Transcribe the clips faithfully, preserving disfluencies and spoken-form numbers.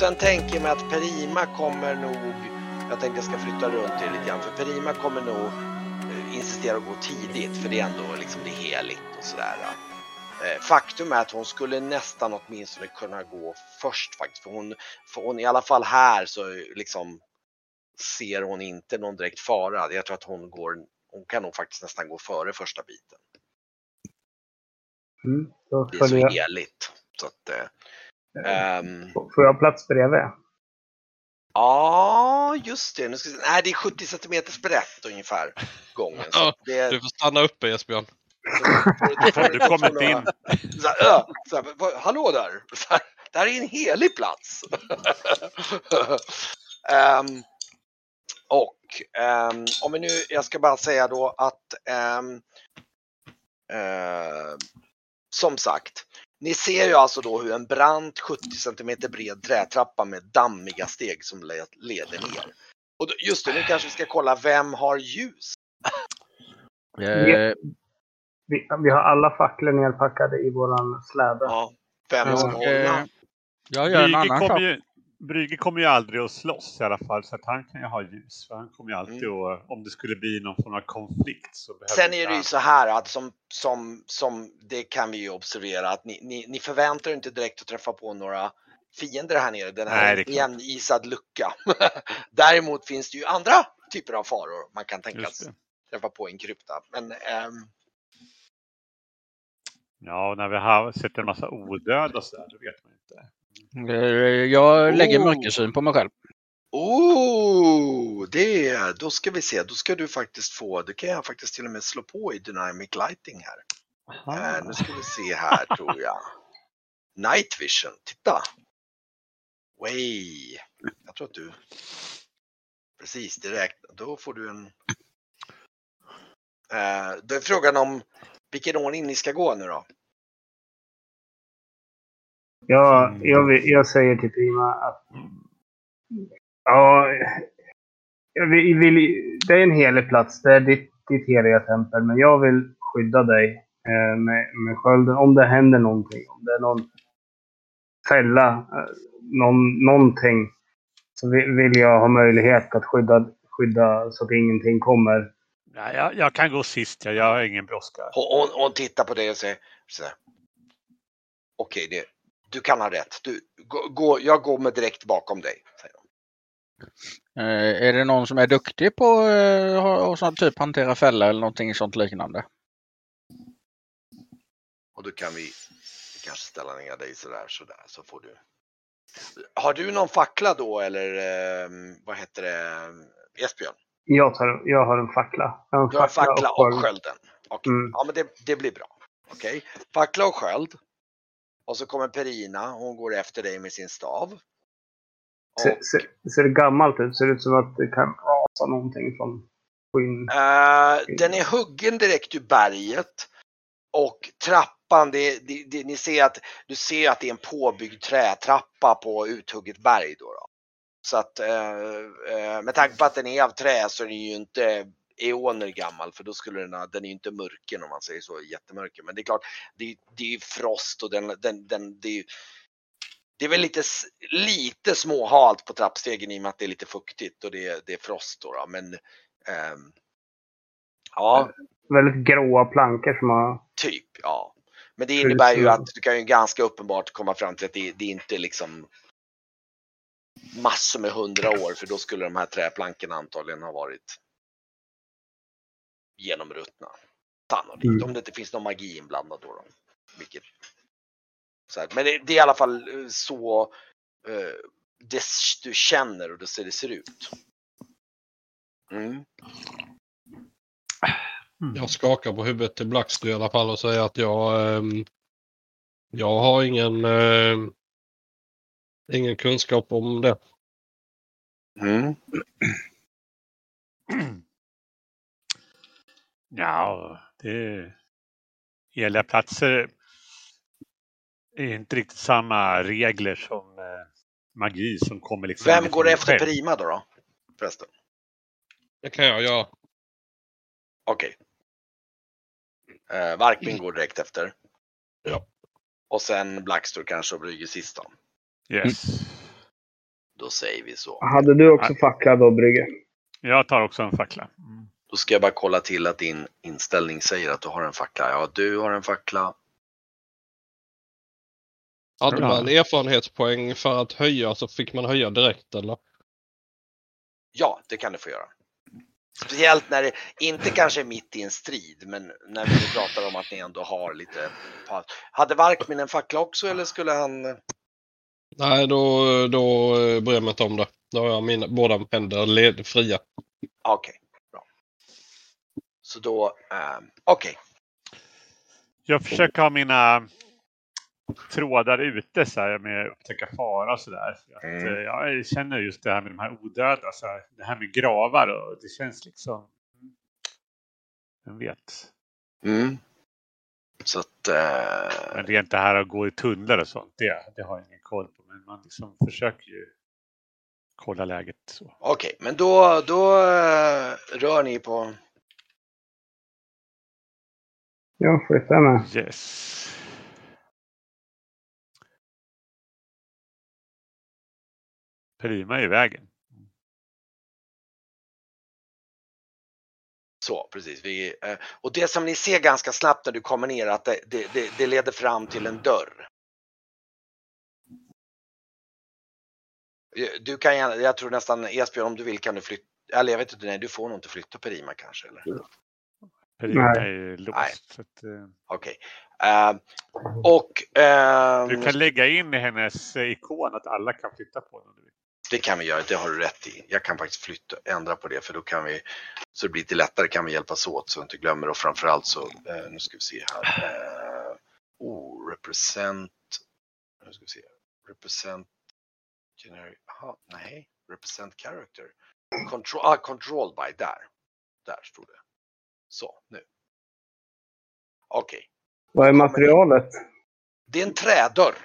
sen tänker jag mig att Perima kommer nog, jag tänkte jag ska flytta runt det lite grann, för Perima kommer nog eh, insistera att gå tidigt, för det är ändå liksom det är heligt och sådär. Eh, faktum är att hon skulle nästan åtminstone kunna gå först faktiskt, för hon, för hon i alla fall här så liksom ser hon inte någon direkt fara. Jag tror att hon går, hon kan nog faktiskt nästan gå före första biten. Mm, då det är så jag... heligt. Så att, eh, um... får jag plats bredvid? Ja, just det. Nu ska... Nej, det är sjuttio centimeter brett ungefär gången. Så ja, det... Du får stanna uppe, Esbjörn. Du, får, du kommer inte in. Så här, äh, så här, hallå där. Så här, det här är en helig plats. um, och um, om vi nu, jag ska bara säga då att um, uh, som sagt, ni ser ju alltså då hur en brant sjuttio centimeter bred trätrappa med dammiga steg som leder ner. Och då, just det, nu kanske vi ska kolla vem har ljus. Vi, vi, vi har alla facklor nedpackade i våran släde. Ja, vem ska hålla? Eh, jag gör en annan sak. Ju, Brygge kommer ju aldrig att slåss i alla fall, så att han kan ju ha ljus. För han kommer ju alltid Mm. att, om det skulle bli någon form av konflikt så behöver Sen är det ju han... så här att som, som, som det kan vi ju observera att ni, ni, ni förväntar er inte direkt att träffa på några fiender här nere. Den här Nej, igenisad lucka. Däremot finns det ju andra typer av faror man kan tänkas träffa på i en krypta. Men ehm... ja, när vi har sett en massa odöd och sådär, då vet man inte. Jag lägger Oh. mörkersyn på mig själv. Oh, det, då ska vi se, då ska du faktiskt få, det kan jag faktiskt till och med slå på i Dynamic Lighting här. Äh, nu ska vi se här tror jag. Night Vision, titta. Way. Jag tror att du, precis direkt, då får du en, äh, då är frågan om vilken ordning ni ska gå nu då. Ja, jag, vill, jag säger till Prima att ja, jag vill, vill, det är en helig plats, det är ditt, ditt heliga tempel, men jag vill skydda dig eh, med, med skölden om det händer någonting, om det är någon fälla, eh, någon, någonting, så vill, vill jag ha möjlighet att skydda, skydda så att ingenting kommer. Ja, jag, jag kan gå sist, jag, jag har ingen brådska. Hon, hon tittar på dig och säger så okej, det du kan ha rätt. Du, gå, gå, jag går med direkt bakom dig, säger hon. Eh, är det någon som är duktig på att eh, typ hantera fälla eller någonting sånt liknande? Och då kan vi kanske ställa ner dig sådär, sådär, så får du. Har du någon fackla då, eller eh, vad heter det, Esbjörn? Jag, tar, jag har en fackla. Jag har en du har fackla, fackla och, och skölden. Okay. Mm. Ja, men det, det blir bra. Okej, okay. Fackla och sköld. Och så kommer Perina, hon går efter dig med sin stav. Och... Ser, ser, ser det gammalt ut? Ser det ut som att det kan rasa någonting från skinn? Uh, den är huggen direkt ur berget. Och trappan, det, det, det, ni ser att, du ser att det är en påbyggd trätrappa på uthugget berg. Då, då. Så att uh, uh, med tanke på att den är av trä så är den ju inte eoner gammal, för då skulle den, den är ju inte mörken om man säger så, jättemörken, men det är klart det, det är frost och den, den, den det, är, det är väl lite, lite småhalt på trappstegen i och med att det är lite fuktigt och det, det är frost då, då. Men ähm, ja, väldigt gråa plankor som har typ, ja, men det innebär ju att du kan ju ganska uppenbart komma fram till att det, det är inte liksom massor med hundra år, för då skulle de här träplankorna antagligen ha varit genomruttna. Sannolikt. Mm. Om det inte finns någon magi inblandad då. då. Vilket, så här. Men det, det är i alla fall så uh, det du känner och det ser det ser ut. Mm. Jag skakar på huvudet till Blackstone i alla fall och säger att jag um, jag har ingen uh, ingen kunskap om det. Mm. Ja, det heliga platser är inte riktigt samma regler som eh, magi som kommer liksom. Vem går efter själv. Prima då då? Förresten. Det kan jag göra. Okej. Okay. Eh, Varkmin går direkt efter. Ja. Och sen Blackstone kanske och Brygge sist då. Yes. Då säger vi så. Hade du också fackla då, Brygge? Jag tar också en fackla. Mm. Då ska jag bara kolla till att din inställning säger att du har en fackla. Ja, du har en fackla. Hade Ja. man erfarenhetspoäng för att höja så fick man höja direkt eller? Ja, det kan du få göra. Speciellt när det inte kanske är mitt i en strid, men när vi pratar om att ni ändå har lite paus. Hade Varkmin en fackla också eller skulle han? Nej, då, då bryr jag mig inte om det. Då har jag mina båda händer led, fria. Okej, okay, bra. Så då, um, okej. Okay. Jag försöker ha mina trådar ute så här, med att upptäcka fara och sådär. Mm. Att, ja, jag känner just det här med de här odöda, så här, det här med gravar, och det känns liksom, jag vet. Mm. Så att, uh... men det är inte här att gå i tunnlar och sånt, det, det har jag ingen koll på, men man liksom försöker ju kolla läget så. Okej, okay, men då, då uh, rör ni på. Jag flyttar med. Yes. Prima i vägen. Så, precis. Vi, eh, och det som ni ser ganska snabbt när du kommer ner, att det, det, det, det leder fram till en dörr. Du kan gärna, jag tror nästan, Esbjörn, om du vill kan du flytta, eller jag vet inte, nej, du får nog inte flytta Prima kanske, eller? Prima är låst. Uh... Okej. Okay. Uh, och... Uh, du kan lägga in i hennes ikon att alla kan flytta på den om du vill. Det kan vi göra, det har du rätt i. Jag kan faktiskt flytta, ändra på det, för då kan vi, så det blir lite lättare, kan vi hjälpas åt så inte glömmer. Och framförallt så, uh, nu ska vi se här. Uh, oh, represent, nu ska vi se, represent, generic, aha, nej, represent character. Control, ah, controlled by, där. Där stod det. Så, nu. Okej. Okay. Vad är materialet? Det är en trädörr.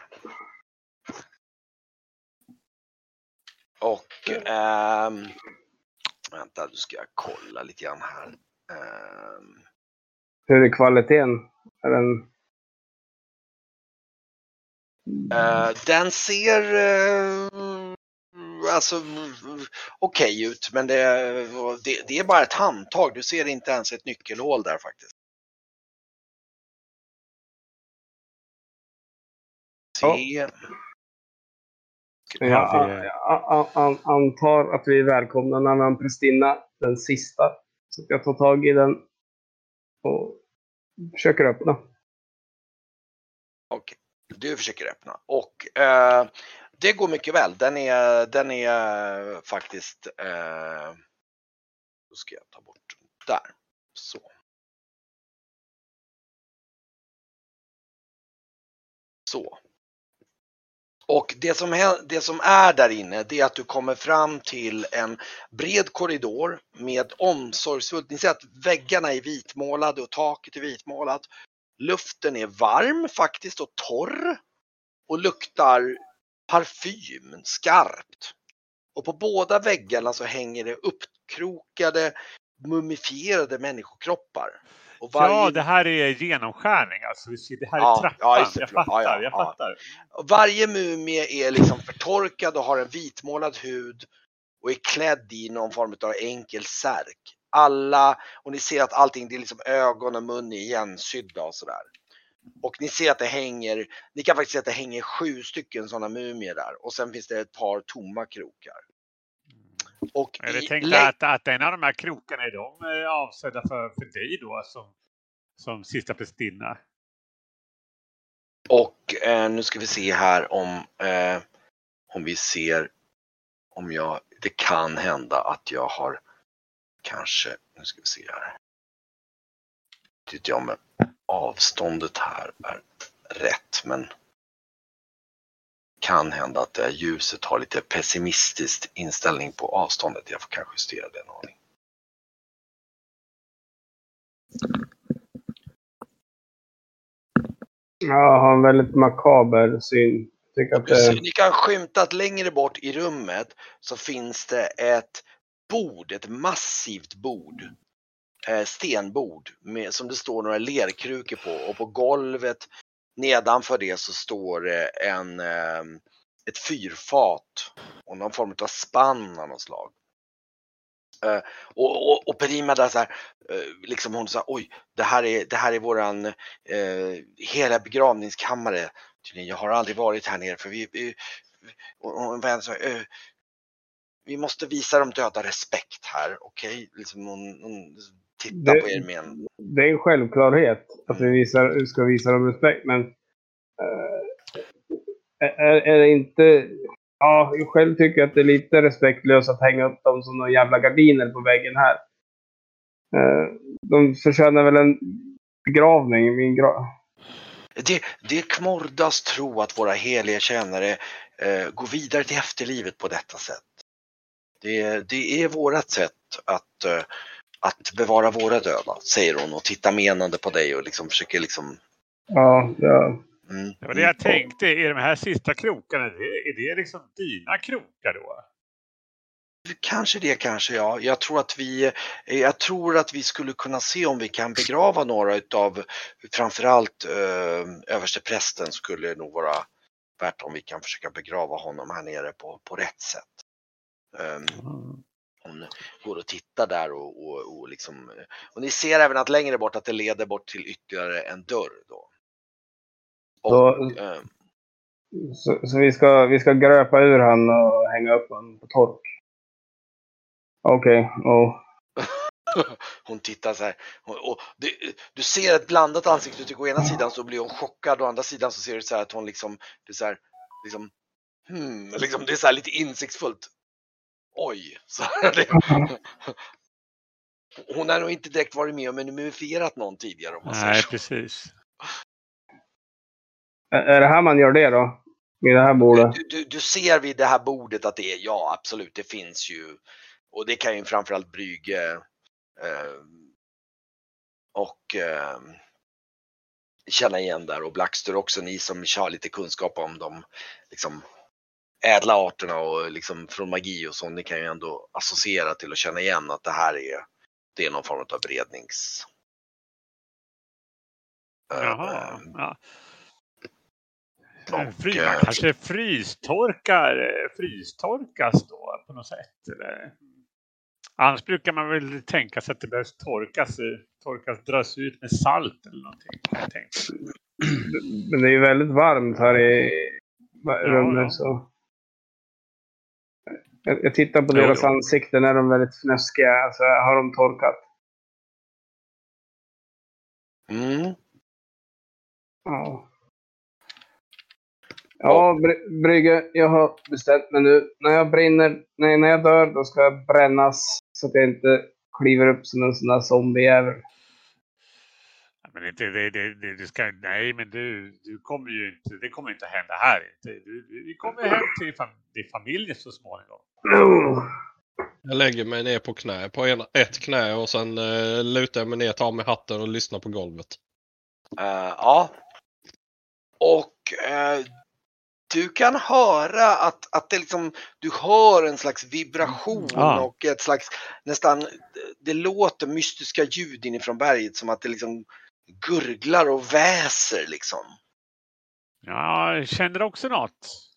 Och ähm, vänta, nu ska jag kolla lite grann här. Ähm, Hur är kvaliteten? Är den... Äh, den ser äh, alltså okej okay ut, men det, det, det är bara ett handtag. Du ser inte ens ett nyckelhål där faktiskt. Se. Ja. Jag, jag, jag antar att vi är välkomna när man Pristina, den sista. Så jag tar tag i den och försöker öppna. Okej, du försöker öppna. Och eh, det går mycket väl. Den är, den är faktiskt... Eh, då ska jag ta bort den. Där. Så. Så. Och det som, det som är där inne, det är att du kommer fram till en bred korridor med omsorgsfullt. Ni ser att väggarna är vitmålade och taket är vitmålat. Luften är varm faktiskt och torr och luktar parfym, skarpt. Och på båda väggarna så hänger det uppkrokade, mumifierade människokroppar. Och varje... Ja, det här är genomskärning. Alltså, det här är ja, trappan. Ja, jag fattar, ja, ja, jag fattar. Ja. Varje mumie är liksom förtorkad och har en vitmålad hud och är klädd i någon form av enkel särk. Alla, och ni ser att allting, det är liksom ögon och mun igensydda och sådär. Och ni ser att det hänger, ni kan faktiskt se att det hänger sju stycken sådana mumier där. Och sen finns det ett par tomma krokar. Och jag i, tänkte lä- att, att en av de här krokarna är de avsedda för, för dig då som, som sista Pristina. Och eh, nu ska vi se här om, eh, om vi ser om jag, det kan hända att jag har kanske, nu ska vi se här. Tittar jag om avståndet här är rätt, men kan hända att det ljuset har lite pessimistisk inställning på avståndet. Jag får kanske justera den aning. Jag har en väldigt makaber syn. Tycker att det... Ni kan skymta att längre bort i rummet så finns det ett bord, ett massivt bord. Eh, stenbord med, som det står några lerkrukor på, och på golvet nedanför det så står det en, eh, ett fyrfat och någon form av spann av något slag. Uh, och, och, och Perima där så här, uh, liksom hon sa, oj, det här är, det här är våran uh, hela begravningskammare. Jag har aldrig varit här nere för vi, vi och, och en vän sa, uh, vi måste visa de döda respekt här, okej? Okay? Liksom hon, hon tittar det, på er med en... Det är en självklarhet att vi visar, ska visa dem respekt, men uh, är, är det inte... Ja, jag själv tycker att det är lite respektlöst att hänga upp dem som några jävla gardiner på väggen här. Uh, de förtjänar väl en begravning. Min gra- det, det är Kmordas tro att våra heliga tjänare uh, går vidare till efterlivet på detta sätt. Det, det är vårat sätt att, uh, att bevara våra döda, säger hon och tittar menande på dig och liksom försöker liksom... Ja, ja. Mm. Det var det jag tänkte, är de här sista krokarna, är det liksom dina krokar då? Kanske det, kanske ja. Jag tror att vi, jag tror att vi skulle kunna se om vi kan begrava några utav, framförallt eh, översteprästen skulle nog vara värt om vi kan försöka begrava honom här nere på, på rätt sätt. Um, hon går och tittar där och, och, och liksom, och ni ser även att längre bort att det leder bort till ytterligare en dörr då. Och, så, eh, så, så vi ska, vi ska gröpa ur han och hänga upp han på tork. Okej, okay. oh. Hon tittar så här. Och, och det, du ser ett blandat ansikte. Tycker å ena sidan så blir hon chockad och å andra sidan så ser du så här att hon liksom, det är så här, liksom, hmm, liksom det är så här lite insiktsfullt. Oj, så här, det, hon har nog inte direkt varit med och mumifierat någon tidigare om man Nej, säger så. Precis. Är det här man gör det då? Vid det här bordet? Du, du, du ser vid det här bordet att det är, ja absolut, det finns ju, och det kan ju framförallt Brygge eh, och eh, känna igen där, och Blackster också, ni som har lite kunskap om de liksom ädla arterna och liksom från magi och sånt, ni kan ju ändå associera till att känna igen att det här är, det är någon form av berednings... Jaha, äh, ja. Och, Fry, äh, man kanske frystorkar, frystorkas då på något sätt. Eller? Annars brukar man väl tänka sig att det behövs torkas, torkas, dras ut med salt eller någonting. Jag tänkte. Men det är ju väldigt varmt här i rummet, ja. så... Jag, jag tittar på Jo, deras jo. ansikten, är de väldigt fnöskiga. Alltså, har de torkat? Mm. Ja. Ja, Bry- Brygge, jag har bestämt mig nu. När jag brinner, nej, när jag dör, då ska jag brännas så att jag inte kliver upp som en sån där zombiejävel. Men inte, det, det, det, det ska, nej, men du, du kommer ju inte, det kommer inte hända här. Du, du, vi kommer hem till, fam, till familjen så småningom. Oh. Jag lägger mig ner på knä, på ena, ett knä och sen uh, lutar jag mig ner, tar med hatten och lyssnar på golvet. Uh, ja. Och uh, du kan höra att, att det liksom, du hör en slags vibration ah. och ett slags nästan, det låter mystiska ljud inifrån berget som att det liksom gurglar och väser liksom. Ja, jag känner också något.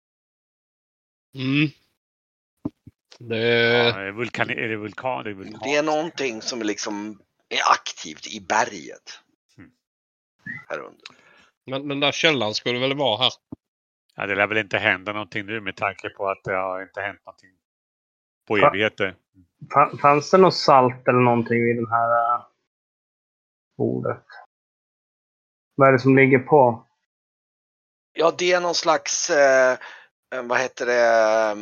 Mm. Det... Ja, är, vulkan, är det vulkan? Det är, vulkan. Det är någonting som är liksom är aktivt i berget. Mm. Här under. Men den där källan skulle väl vara här? Ja, det lär väl inte hända någonting nu med tanke på att det har inte hänt någonting på evigheter. Fanns det något salt eller någonting vid den här uh, bordet? Vad är det som ligger på? Ja, det är någon slags, eh, vad heter det?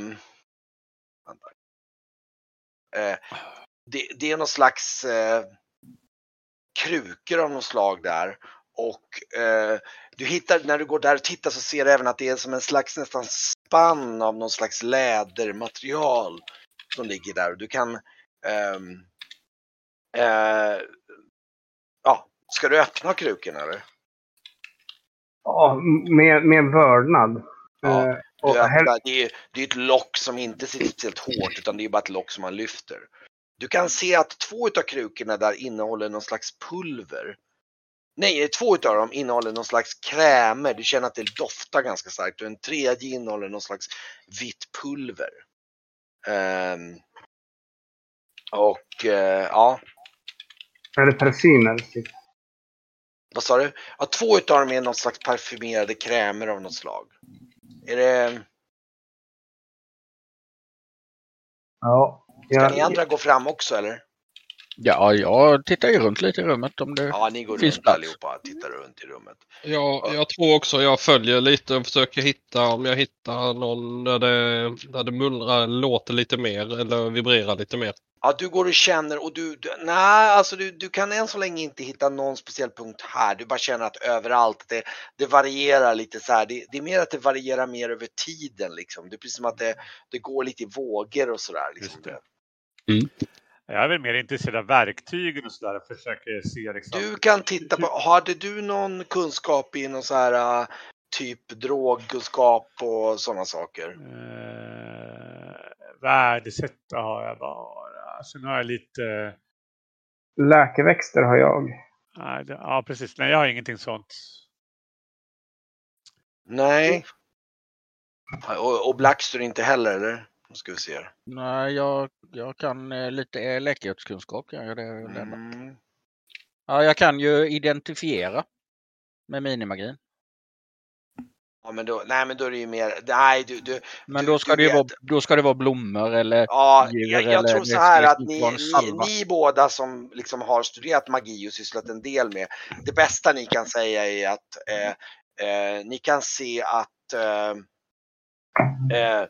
Eh, det, det är någon slags eh, krukor av något slag där. Och eh, du hittar, när du går där och tittar så ser du även att det är som en slags nästan spann av någon slags lädermaterial som ligger där. Och du kan, eh, eh, ja, ska du öppna kruken eller? Ja, med, med vördnad. Ja, uh, och du här... öppnar, det, är, det är ett lock som inte sitter speciellt hårt utan det är bara ett lock som man lyfter. Du kan se att två utav krukorna där innehåller någon slags pulver. Nej, två utav dem innehåller någon slags krämer. Du känner att det doftar ganska starkt. Och en tredje innehåller någon slags vitt pulver. Um, och uh, ja. Är det parfymer? Typ? Vad sa du? Ja, två utav dem är någon slags parfymerade krämer av något slag. Är det... Ja. Ska Jag, ni andra gå fram också eller? Ja, jag tittar ju runt lite i rummet om det Ja, ni går finns runt plats. allihopa. Tittar runt i rummet. Ja, jag tror också jag följer lite och försöker hitta om jag hittar någon där det, där det mullrar, låter lite mer eller vibrerar lite mer. Ja, du går och känner och du, du nej, alltså du, du kan än så länge inte hitta någon speciell punkt här. Du bara känner att överallt det, det varierar lite så här. Det, det är mer att det varierar mer över tiden liksom. Det är precis som att det, det går lite i vågor och sådär. Liksom. Just det. Mm. Jag är väl mer intresserad av verktygen och sådär och försöker se liksom. Du kan titta på, hade du någon kunskap i någon så här typ drogkunskap och sådana saker? Eh, värdesätta har jag bara. Sen har jag lite... Läkeväxter har jag. Nej, det, ja, precis. Nej, jag har ingenting sånt. Nej. Och, och Blackstone inte heller, eller? Nu ska vi se. Nej, jag, jag kan eh, lite eh, läkemedelskunskap. Kan jag, det, Mm. ja, jag kan ju identifiera med minimagin. Ja, men då, nej, men då är det ju mer... Nej, du, du, Men du, då ska, du det ju vet. vara, då ska det vara blommor eller Ja, djur. jag, jag eller tror så det här ska att inte ni, vara en ni, salva. ni båda som liksom har studerat magi och sysslat en del med, det bästa ni kan säga är att eh, eh, ni kan se att eh, eh,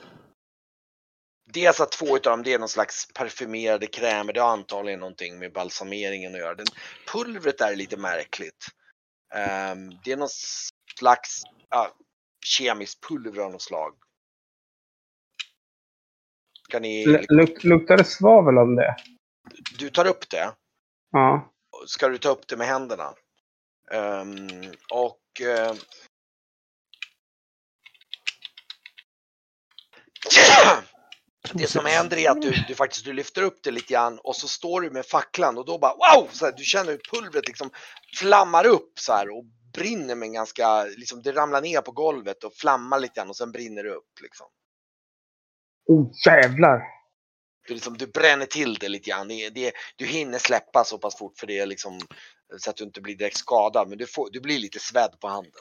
dels att två utav dem det är någon slags parfymerade krämer, det har antagligen någonting med balsameringen att göra. Den, pulvret är lite märkligt. Eh, det är någon slags ja, kemiskt pulver av något slag. Kan ni... Luk, luktar det svavel om det? Du tar upp det. Ja. Ska du ta upp det med händerna? Um, och uh, det som händer är att du, du faktiskt du lyfter upp det lite grann och så står du med facklan och då bara wow! Så här, du känner hur pulvret liksom flammar upp så här och brinner med en ganska, liksom det ramlar ner på golvet och flammar lite grann och sen brinner det upp liksom. Oh jävlar! Du, liksom, du bränner till det lite grann. Det, det, du hinner släppa så pass fort för det liksom, så att du inte blir direkt skadad. Men du, får, du blir lite svedd på handen.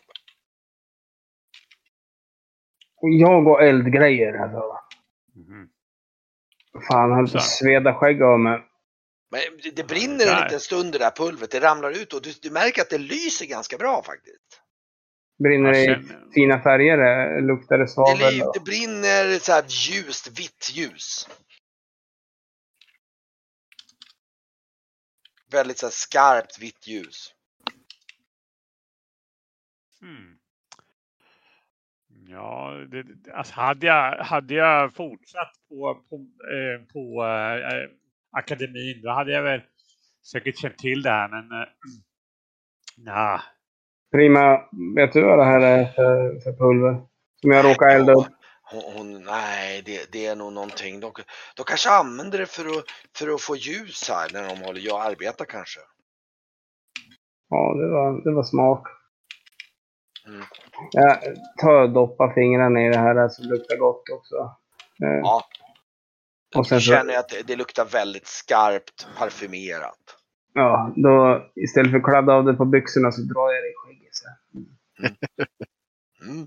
Jag och eldgrejer alltså. Mm. Fan, han får sveda skägg av mig. Men det, det brinner en liten stund det där pulvret. Det ramlar ut och du, du märker att det lyser ganska bra faktiskt. Brinner det i fina färger? Luktar det svavel? Det, det brinner så här ljust, vitt ljus. Väldigt så här skarpt vitt ljus. Hmm. Ja, det, alltså hade jag hade jag fortsatt på på, eh, på eh, akademin då hade jag väl säkert känt till det här men eh, nah. Prima, vet du vad det här är för, för pulver? Som jag råkar elda upp. Hon, hon, nej, det, det är nog någonting. De, de kanske använder det för att, för att få ljus här när de håller jag arbetar kanske. Ja, det var, det var smart. Mm. Jag tar och doppar fingrarna i det här så det luktar gott också. Ja. Och sen känner jag att det, det luktar väldigt skarpt parfymerat. Ja, då istället för att kladda av det på byxorna så drar jag det i skägget. Mm. Mm.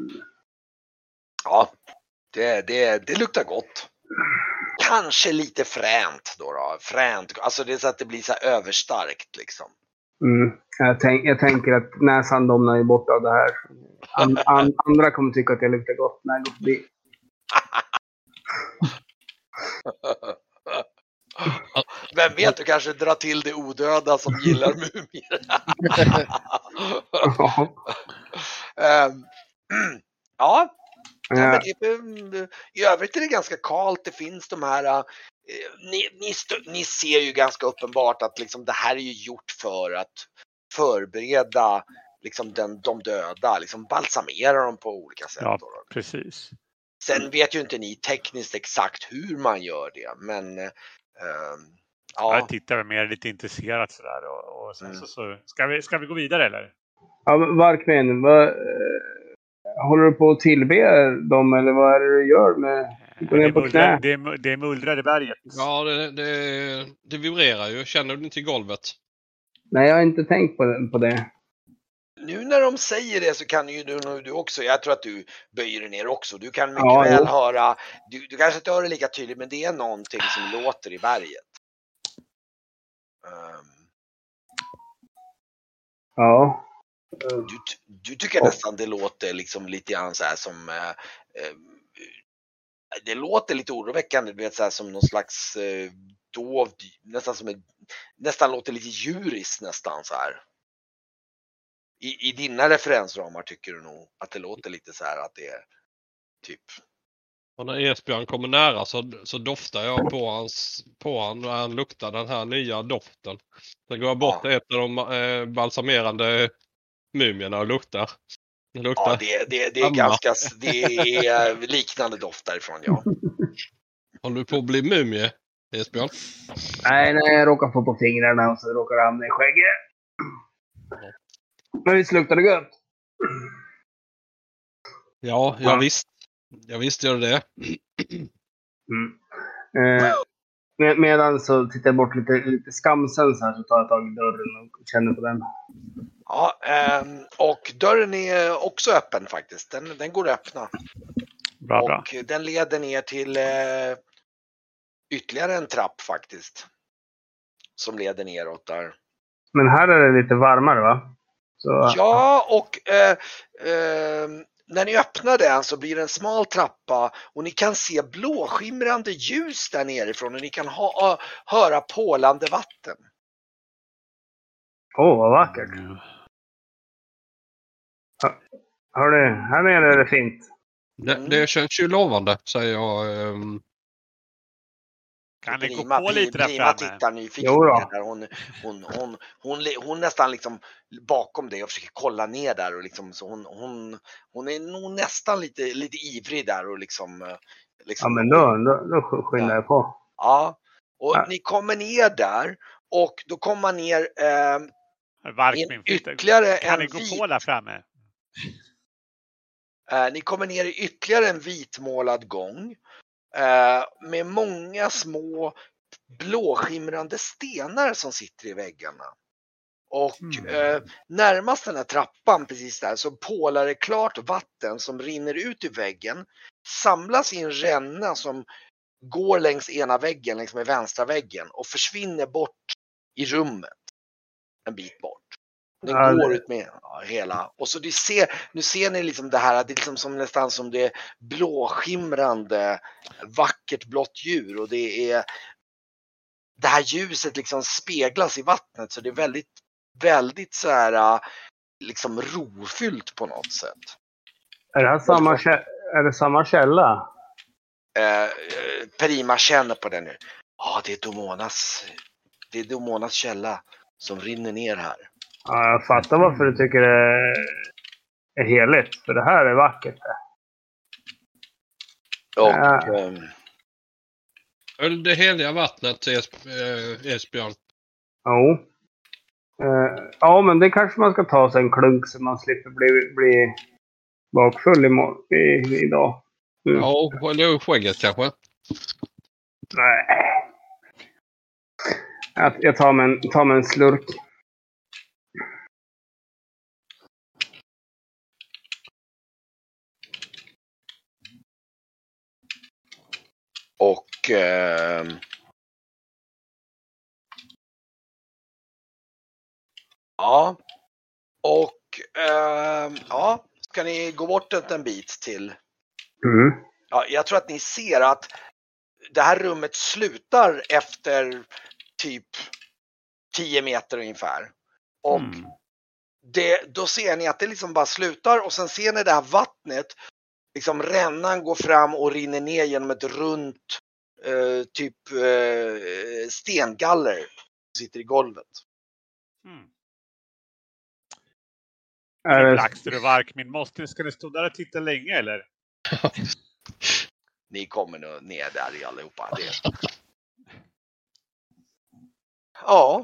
Ja, det, det, det luktar gott. Kanske lite fränt då, då. Fränt, alltså det är så att det blir så här överstarkt liksom. Mm. Jag, tänk, jag tänker att näsan domnar ju bort av det här. An, an, andra kommer tycka att det luktar gott när jag går förbi. Vem vet, du kanske drar till det odöda som gillar mumier. um, ja, ja. Men det, i övrigt är det ganska kallt. Det finns de här... Uh, ni, ni, ni ser ju ganska uppenbart att liksom, det här är ju gjort för att förbereda liksom, den, de döda. Liksom, balsamera dem på olika sätt. Ja, då. precis. Sen vet ju inte ni tekniskt exakt hur man gör det. Men... Uh, Ja. Jag tittar mer lite intresserat sådär. Och, och sen Mm. så, så ska, vi, ska vi gå vidare eller? Ja, men Varkmin, vad, eh, håller du på att tillbe dem eller vad är det du gör med... Gå ner Det, på mullrar, knä? det, är- det är mullrar i berget. Ja, det, det, det vibrerar ju. Känner du inte i golvet? Nej, jag har inte tänkt på det. På det. Nu när de säger det så kan ju du, du också, jag tror att du böjer dig ner också. Du kan mycket Ja, väl jo. höra, du, du kanske inte hör det lika tydligt, men det är någonting som låter i berget. Um, Ja. du, du tycker nästan det låter liksom lite grann så här som eh, eh, det låter lite oroväckande, du vet, så här som någon slags eh, dov, nästan som ett, nästan låter lite djuriskt nästan så här. I, I dina referensramar tycker du nog att det låter lite så här att det är typ. Och när Esbjörn kommer nära så, så doftar jag på hans på han och han luktar den här nya doften. Sen går jag bort till Ja. ett av de eh, balsamerande mumierna och luktar. Det luktar. Ja, det, det, det är Amma. ganska, det är liknande doft därifrån, ja. Håller du på att bli mumie, Esbjörn? Nej, nej, jag råkar få på fingrarna och så råkar det hamna i skägget. Men visst luktar det gött? Ja, jag visst. Jag visste gör det. Mm. Eh, med, medan så tittar jag bort lite, lite skamsen så här, så tar jag tag i dörren och känner på den. Ja, ehm, och dörren är också öppen faktiskt. Den, den går att öppna. Bra, bra. Och den leder ner till eh, ytterligare en trapp faktiskt. Som leder neråt där. Men här är det lite varmare va? Så, Ja, och eh, eh, när ni öppnar den så blir det en smal trappa och ni kan se blåskimrande ljus där nerifrån och ni kan ha, höra pålande vatten. Åh, oh, vad vackert. Hörru, här nere är det fint. Det, det känns ju lovande, säger jag. Um... Kan ni gå Prima, på lite där Prima framme? tittar nyfiket Jo då. ner där. Hon, hon, hon, hon, hon nästan liksom bakom dig och försöker kolla ner där och liksom så hon, hon, hon är nog nästan lite, lite ivrig där och liksom, liksom Ja, men då, då, då skyndar jag på. Ja, och Ja. ni kommer ner där och då kommer man ner eh, Varkmin, ytterligare kan en ni gå vit, på där framme? eh, ni kommer ner i ytterligare en vitmålad gång eh, med många små blåskimrande stenar som sitter i väggarna. Och Mm. eh, närmast den här trappan precis där så pålar det klart vatten som rinner ut i väggen, samlas i en ränna som går längs ena väggen, längs med vänstra väggen och försvinner bort i rummet en bit bort. Den Ja, går det- ut med ja, hela. Och så du ser, nu ser ni liksom det här, det är liksom som nästan som det blåskimrande, vackert blått djur och det är det här ljuset liksom speglas i vattnet så det är väldigt, väldigt så här liksom rofyllt på något sätt. Är det, här samma, kä- är det samma källa? Eh, Prima känner på det nu. Ja, det är Domonas, det är Domonas källa som rinner ner här. Ja, jag fattar varför du tycker det är heligt. För det här är vackert. Och Ja. ehm, Öl det heliga vattnet, es, äh, Esbjörn. Jo. Eh, ja, men det kanske man ska ta sig en klunk så man slipper bli, bli bakfull imorgon, i, idag. Mm. Ja, håller jag upp skägget kanske. Nej. Jag, jag tar, mig en, tar mig en slurk. och ehm, ja. Och ehm, ja, ska ni gå bort en bit till? Mm. Ja, jag tror att ni ser att det här rummet slutar efter typ tio meter ungefär. Och Mm. det, då ser ni att det liksom bara slutar och sen ser ni det här vattnet, liksom rännan går fram och rinner ner genom ett runt eh, typ eh, stengaller som sitter i golvet. Mm. Är det, Blackster och Varkmin, måste, ska ni stå där och titta länge eller? Ni kommer nog ner där i allihopa. Det, ja.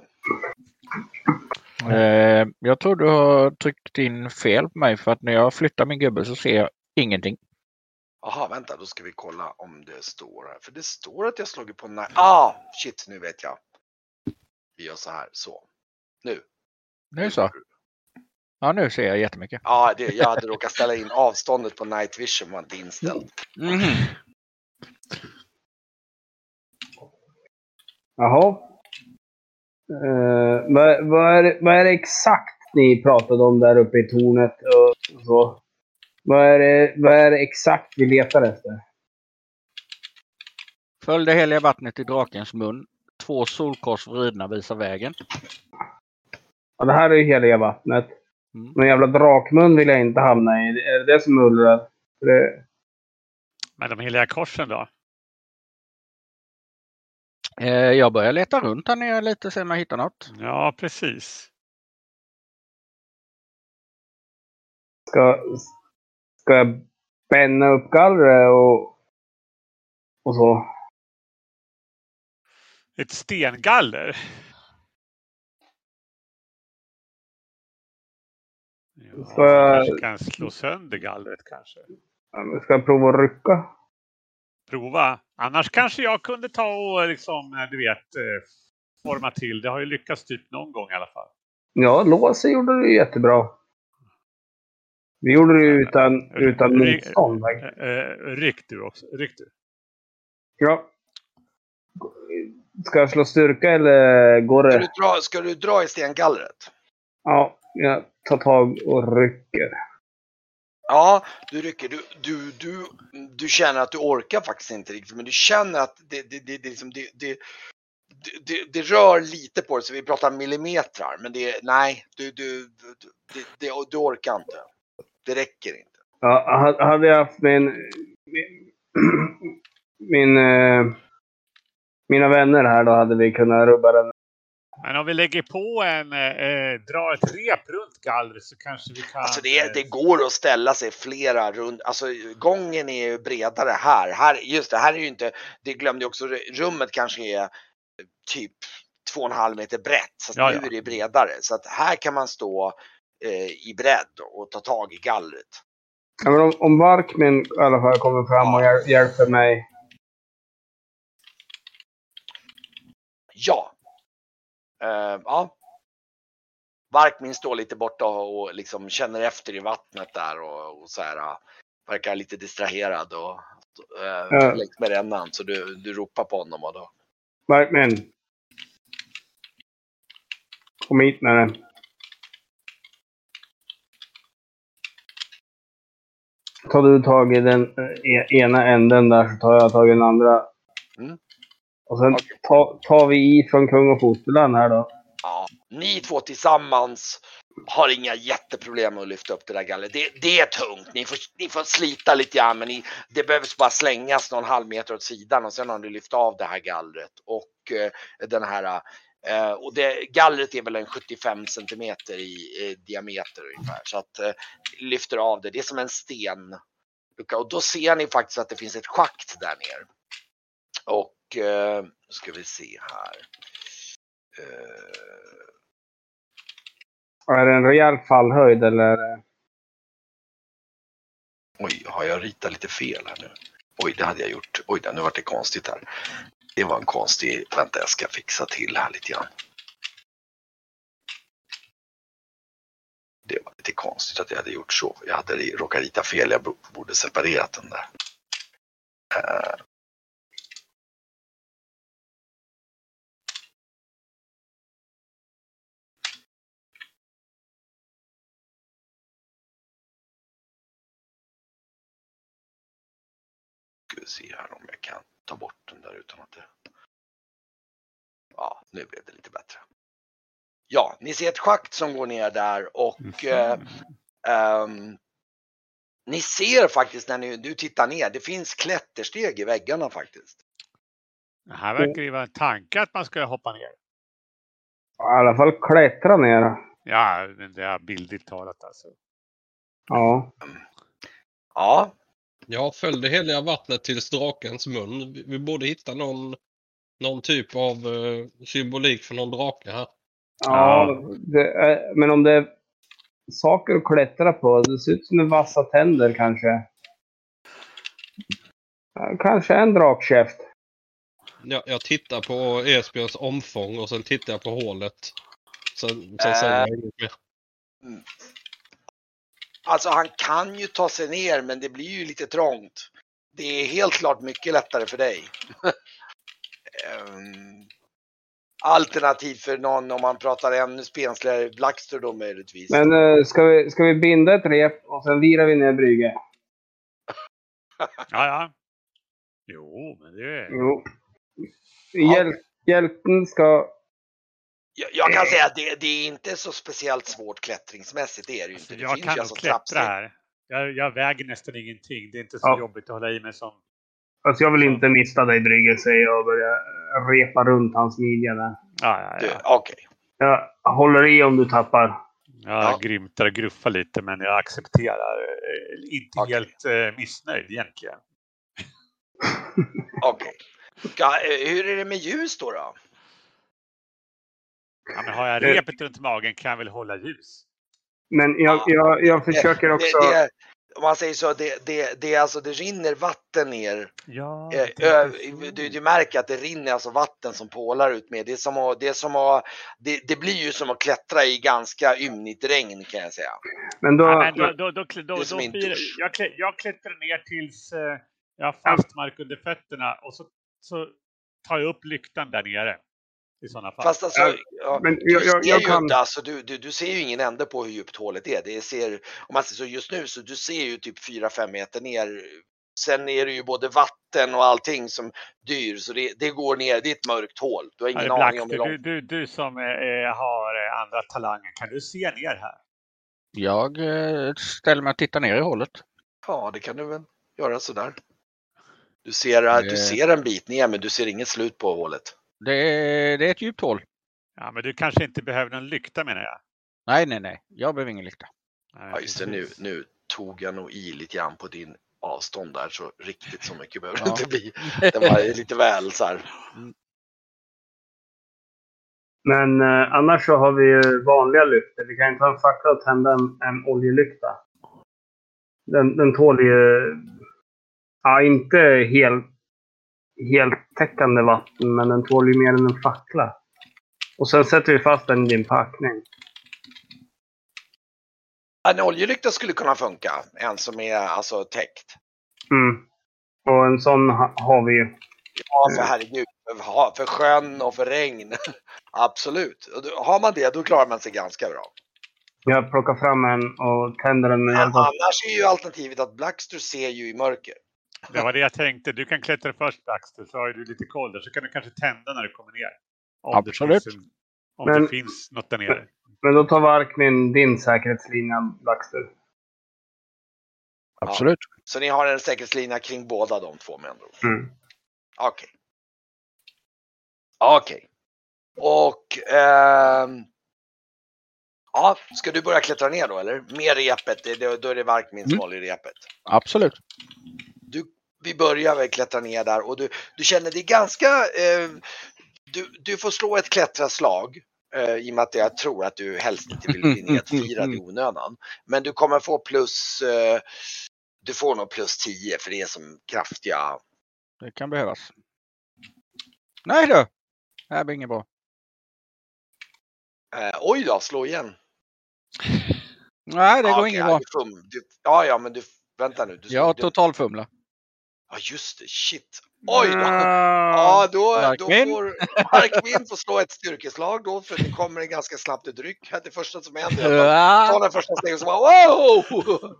Eh, jag tror du har tryckt in fel på mig för att när jag flyttar min gubbe så ser jag ingenting. Jaha, vänta, då ska vi kolla om det står här. För det står att jag slagit på nej. Ah, shit, nu vet jag. Vi gör så här, så. Nu. Nu så. Ja, nu ser jag jättemycket. Ja, det, jag hade råkat ställa in avståndet på Night Vision var inte inställt. Mhm. Jaha. Uh, vad, vad, är, vad är det exakt ni pratade om där uppe i tornet och så? Vad är det, vad är det exakt vi letar efter? Följ det heliga vattnet i drakens mun. Två solkors vridna visar vägen. Ja, det här är ju heliga vattnet. Mm. Någon jävla drakmun vill jag inte hamna i. Är det det som mullrar? Det... Men de heliga korsen då? Eh, jag börjar leta runt här nere lite så om jag hittar något. Ja, precis. Ska, ska jag bänna upp gallret och, och så? Ett stengaller. Ja, Ska jag- kanske kan slå sönder gallret kanske. Ska jag prova att rycka? Prova. Annars kanske jag kunde ta och liksom, du vet, eh, forma till. Det har ju lyckats typ någon gång i alla fall. Ja, låset gjorde det jättebra. Vi gjorde det utan, utan Ry- motstånd. eh, eh, Ryck du också. Ryck du. Ja. Ska jag slå styrka eller går Ska det? du dra, ska du dra i stengallret? Ja, jag tar tag och rycker. Ja, du rycker. Du, du, du, du känner att du orkar faktiskt inte riktigt. Men du känner att det, det, det, det, liksom, det, det, det, det rör lite på det. Så vi pratar millimetrar. Men det, nej, du, du, du, det, det, du orkar inte. Det räcker inte. Ja, hade jag haft min... Min... min eh, mina vänner här då hade vi kunnat rubba den. Men om vi lägger på en, eh, drar ett rep runt gallret så kanske vi kan... Alltså det, det går att ställa sig flera rund. Alltså gången är ju bredare här. här. Just det, här är ju inte, det glömde jag också, rummet kanske är typ två och en halv meter brett. Så att Ja, nu ja. är det bredare. Så att här kan man stå eh, i bredd och ta tag i gallret. Ja, men om, om Varkmin i alla fall kommer fram och hjäl- hjälper mig. Ja. Uh, ja. Varkmin står lite borta och liksom känner efter i vattnet där och, och så här, uh, verkar lite distraherad och uh, Ja. längs med rännan, så du, du ropar på honom och då. Varkmin. Kom hit med den. Tar du tag i den eh, ena änden där så tar jag tag i den andra. Mm. Och sen Okej. ta, tar vi i från kung och fosterland här då. Ja, ni två tillsammans har inga jätteproblem att lyfta upp det där gallret. Det, det är tungt. Ni får, ni får slita lite grann, men ni, det behövs bara slängas någon halv meter åt sidan och sen har ni lyft av det här gallret. Och eh, den här eh, och det, gallret är väl en sjuttiofem centimeter i eh, diameter ungefär. Så att eh, lyfter av det. Det är som en sten. Och då ser ni faktiskt att det finns ett schakt där nere. Och eh, nu ska vi se här. Uh, Är det en rejäl fallhöjd eller? oj, har jag ritat lite fel här nu? Oj, det hade jag gjort. Oj, nu var det konstigt här. Det var en konstig... Vänta, jag ska fixa till här lite grann. Det var lite konstigt att jag hade gjort så. Jag hade råkat rita fel. Jag borde separerat den där. Uh, Ska vi se här om jag kan ta bort den där utan att det... Ja, nu blev det lite bättre. Ja, ni ser ett schakt som går ner där och mm. eh, um, ni ser faktiskt när ni, du tittar ner, det finns klättersteg i väggarna faktiskt. Det här verkar ju vara en tanke att man ska hoppa ner. I alla fall klättra ner. Ja, det är bildligt talat alltså. Ja. Ja. Jag följde heliga vattnet till drakens mun. Vi, vi borde hitta någon någon typ av uh, symbolik för någon drake här. Ja, det är, men om det är saker att klättra på, det ser ut som en vassa tänder kanske. Kanske en drakkäft. Jag, jag tittar på Esbjörns omfång och sen tittar jag på hålet. Sen, sen Äh, säger jag inget mer. Mm. Alltså han kan ju ta sig ner, men det blir ju lite trångt. Det är helt klart mycket lättare för dig. um, alternativ för någon om man pratar ännu spensligare Blackster då möjligtvis. Men uh, ska, vi, ska vi binda ett rep och sen virar vi ner Brygge? Ja, ja. Jo, men det är... Jo. Hjäl- hjälten ska... Jag, jag kan säga att det, det är inte så speciellt svårt klättringsmässigt. Det är det ju inte. Det Jag finns kan ju nog alltså klättra trappsteg. här. Jag, jag väger nästan ingenting. Det är inte så Ja. jobbigt att hålla i mig som... Alltså jag vill inte mista dig Brygge, säger jag och börjar repa runt hans midja där. Ja, ja, Du, ja. Okej. Jag håller i om du tappar. Jag Ja. grymtar och gruffar lite, men jag accepterar. eh, Inte Okej. helt eh, missnöjd egentligen. Okej. Ja, eh, hur är det med ljus då? då? Ja, men har jag repet runt magen kan jag väl hålla ljus. Men jag, Ja. jag, jag försöker också... Det, det, om man säger så, det, det, det, är alltså, det rinner vatten ner. Ja, Eh, ö, du, du märker att det rinner alltså vatten som pålar ut med. Det, är som att, det, är som att, det, det blir ju som att klättra i ganska ymnigt regn kan jag säga. Men då... Ja, men då, då, då, då, Det är som då en blir, dusch. jag, klä, jag klättrar ner tills eh, jag har fast mark under fötterna och så, så tar jag upp lyktan där nere. I sådana fall. Fast alltså, Ja, ja, men du jag- jag- ser jag ju kan- inte, alltså, du, du, du ser ju ingen ände på hur djupt hålet är. Det ser, om man säger så just nu, så du ser ju typ fyra fem meter ner. Sen är det ju både vatten och allting som dyr, så det, det går ner, det är ett mörkt hål. Du har ingen Ja, aning om hur Black, du, långt. du, du som eh, har eh, andra talanger, kan du se ner här? Jag eh, ställer mig och tittar ner i hålet. Ja, det kan du väl göra sådär. Du ser, att du Det- ser en bit ner, men du ser inget slut på hålet. Det är, det är ett djupt hål. Ja, men du kanske inte behöver någon lykta menar jag. Nej, nej, nej. Jag behöver ingen lykta. Nej, Ja, just det, nu, precis. nu tog jag nog i lite grann på din avstånd där, så riktigt så mycket behöver det Ja. inte bli. Den var lite väl så här. Men eh, annars så har vi ju vanliga lyktor. Vi kan inte ha en fackla och tända en, en oljelykta. Den, den tål ju... Ja, inte helt, helt täckande vatten, men den tål ju mer än en fackla. Och sen sätter vi fast den i din packning. En oljelykta skulle kunna funka, en som är alltså täckt. Mm. Och en sån ha, har vi ju. Ja, för herregud. För, för sjön och för regn. Absolut. Och då, har man det, då klarar man sig ganska bra. Jag plockar fram en och tänder den med hjälp av... Annars är ju alternativet att Blackster ser ju i mörker. Det var det jag tänkte. Du kan klättra först, Baxter, så har ju du lite koll där. Så kan du kanske tända när du kommer ner. Om Absolut. Det finns, en, om Men- det finns något där nere. Men då tar Varkmin din säkerhetslina, Blackster. Absolut. Så ni har en säkerhetslina kring båda de två med andra ord. Mm. Okej. Okej. Och ehm, ja, ska du börja klättra ner då eller? Med repet, det- det- då är det Varkmin som Mm. håller i repet. Absolut. Du, vi börjar väl klättra ner där och du, du känner det ganska, eh, du, du får slå ett klättraslag. Eh, I och med att jag tror att du helst inte vill bli nedfirad i onödan. Men du kommer få plus, eh, du får nog plus tio för det är som kraftiga. Det kan behövas. Nej då. Det här blir inget bra. Eh, oj då, slå igen. Nej, det Ja, går okej, inget ja, bra. du fum, du, ja, ja, men du, vänta nu. Du, Jag har du, totalfumla. ja, just det, shit. Oj då. Ah. Ja, då, då Markmin. får Markmin får slå ett styrkeslag då, för det kommer en ganska snabbt dryck här. Det första som händer är att man tar den första steget och så bara wow!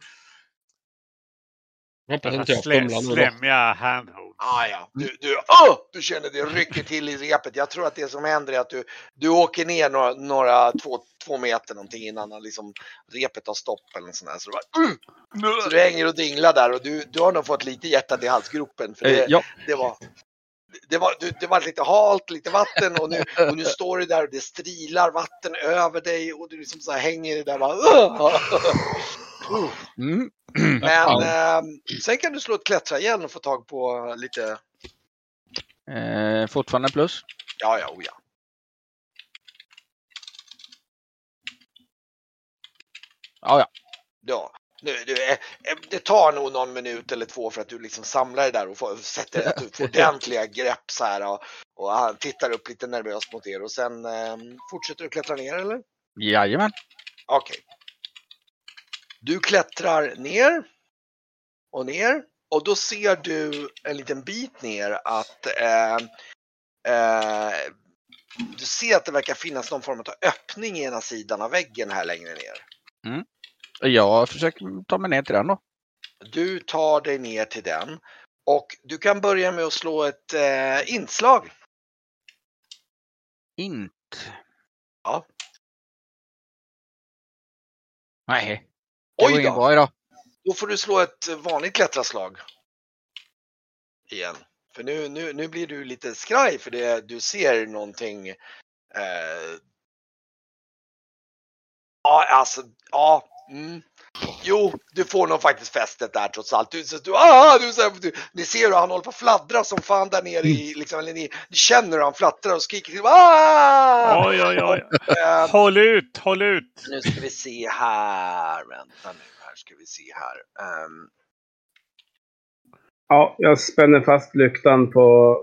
Jag hoppas Den här inte jag slä, fumlar nu då. slämmiga handhold. Ah, ja, du, du, oh! Du känner det rycker till i repet. Jag tror att det som händer är att du, du åker ner några, några två, två meter någonting innan liksom, repet har stopp eller något sånt där. Så, du bara, mm! Så du hänger och dinglar där och du, du har nog fått lite hjärtat i halsgropen. För Eh, det, ja, det var... Det var, du, det var lite halt, lite vatten och nu, och nu står du där och det strilar vatten över dig och du liksom så här hänger där bara. Uh! mm. Men eh, sen kan du slå ett klättra igen och få tag på lite. Eh, fortfarande plus? Ja, ja, oh ja. Ja, ja. Ja. Nu, du, eh, det tar nog någon minut eller två för att du liksom samlar det där och får, sätter, att du får ordentliga grepp så här. Och, och han tittar upp lite nervöst mot er och sen eh, fortsätter du klättra ner eller? Jajamän. Okej. Okay. Du klättrar ner och ner och då ser du en liten bit ner att eh, eh, du ser att det verkar finnas någon form av öppning i ena sidan av väggen här längre ner. Mm. Jag försöker ta mig ner till den då. Du tar dig ner till den och du kan börja med att slå ett eh, inslag. Int. Ja. Nej. Det var Oj ingen då. bra idag. Då får du slå ett vanligt klättraslag. Igen. För nu, nu, nu blir du lite skraj för det, du ser någonting. Eh... Ja, alltså, ja. Mm. Jo, du får nog faktiskt fästet där trots allt. Du, du, ah, du, du, du, ni ser hur han håller på att fladdra som fan där nere i, liksom, eller ni, ni känner hur han fladdrar och skriker till. Ah! Oj, oj, oj. Eh, Håll ut, håll ut. Nu ska vi se här. Vänta nu, här ska vi se här. Um... Ja, jag spänner fast lyktan på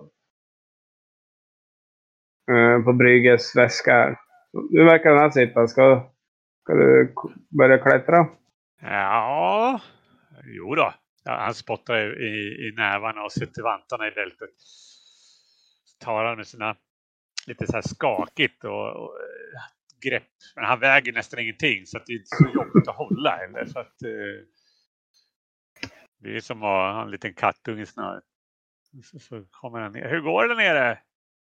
eh, på Brygges väska här. Nu verkar den här sitta. Ska, ska du börja klättra? Ja, jo då. Ja, han spottar i, i nävarna och sätter vantarna i bältet. Så tar han med sina lite så här skakigt och, och grepp. Men han väger nästan ingenting så att det är inte så jobbigt att hålla heller. Så att, eh, det är som att ha en liten kattunge snarare. Så, så kommer han ner. Hur går det där nere?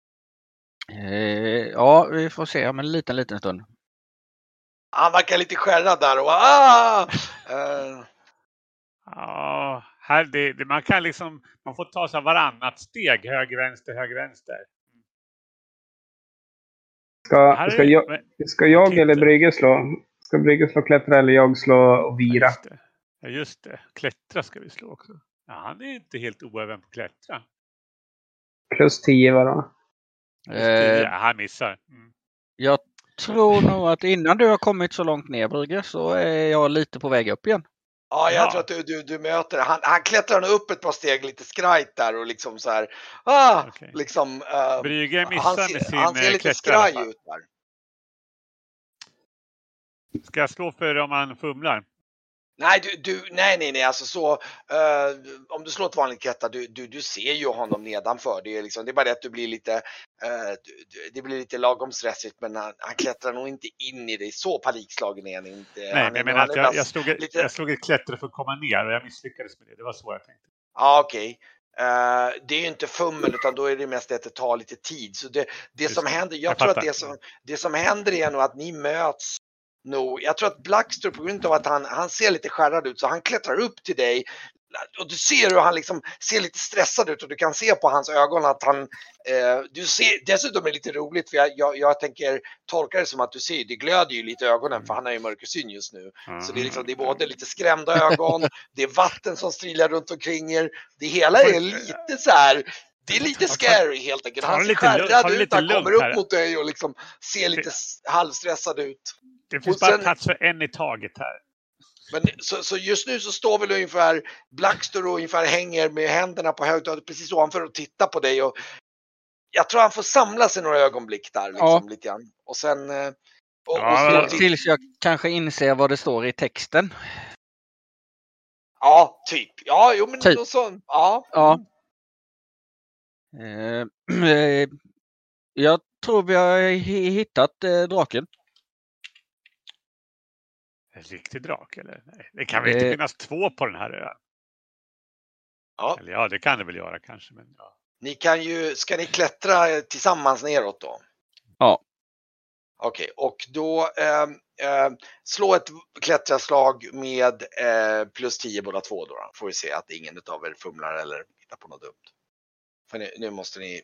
Eh, ja, vi får se om en liten, liten stund. Han verkar lite skärrad där och ah! Uh... Ja, här det, det, man kan liksom man får ta så varannat steg höger vänster höger vänster. Ska, ska jag, ska jag eller Brygge slå? Ska Brygge slå klättra eller jag slå och vira? Ja, just det. Ja, just det. Klättra ska vi slå också. Ja, han är inte helt oäven på klättra. Plus tio var det. Eh, ja, han missar. Mm. Jag tror nog att innan du har kommit så långt ner, Brygge, så är jag lite på väg upp igen. Ja, jag ja. tror att du, du, du möter han, han klättrar nog upp ett par steg lite skrajt där och liksom så här. Ah, okay. Liksom. Uh, Brygge missar han med ser, sin han ser lite skraj ut där. Ska jag slå för om han fumlar? Nej, du, du, nej, nej, nej, alltså så uh, om du slår ett vanligt klättra, du, du, du ser ju honom nedanför. Det är liksom, det är bara det att du blir lite, uh, du, det blir lite lagom stressigt, men han, han klättrar nog inte in i dig. Så panikslagen är han inte. Nej, han men jag är, menar att jag, jag, slog, lite... jag slog ett klättra för att komma ner och jag misslyckades med det. Det var så jag tänkte. Ja, okej. Okay. Uh, det är ju inte fummel utan då är det mest att det tar lite tid. Så det, det som händer, jag, jag tror fattar. att det som, det som händer är nog att ni möts. No, jag tror att Blackster på grund av att han, han ser lite skärrad ut så han klättrar upp till dig och du ser hur han liksom ser lite stressad ut och du kan se på hans ögon att han eh, du ser, dessutom är det lite roligt för jag, jag, jag tänker tolka det som att du ser, det glöder ju lite i ögonen för han har ju mörkersyn just nu. Mm. Så det är liksom, det är både lite skrämda ögon, det är vatten som strilar runt omkring er, det hela är lite så här. Det är lite scary helt enkelt. Han ser skärrad ut, han kommer upp mot dig och liksom ser lite halvstressad ut. Det finns bara plats för en i taget här. Men så, så just nu så står väl ungefär Blackster och ungefär hänger med händerna på högt precis ovanför och tittar på dig och jag tror han får samla sig några ögonblick där liksom, ja. Lite grann. Och sen och, ja, och så, tills jag kanske inser vad det står i texten. Ja, typ. Ja, jo men typ. Då så. Ja. Ja. Eh, jag tror vi har hittat eh, draken. En riktig drak eller? Nej, det kan väl inte finnas två på den här ön? Ja. Eller ja, det kan det väl göra kanske. Men ja. Ni kan ju, ska ni klättra tillsammans neråt då? Ja. Okej, okay, och då eh, eh, slå ett klättraslag med eh, plus tio båda två då, då. Får vi se att ingen av er fumlar eller hittar på något dumt. För nu, nu måste ni...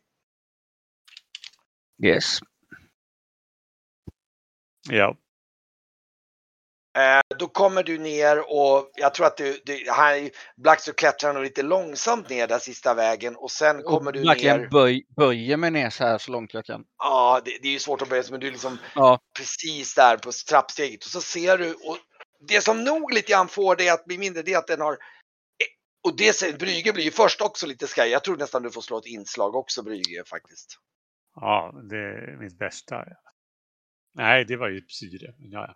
Yes. Ja. Eh, då kommer du ner och jag tror att du, du här, Blackstone klättrar nog lite långsamt ner där sista vägen och sen kommer du verkligen ner. böj, böjer mig ner så här så långt jag kan. Ja, det, det är ju svårt att börja men du är liksom Ja. precis där på trappsteget och så ser du och det som nog lite grann får det att bli mindre det är att den har och det Brygge blir ju först också lite skaj. Jag tror nästan du får slå ett inslag också Brygge faktiskt. Ja, det är mitt bästa. Nej, det var ju syre. Ja.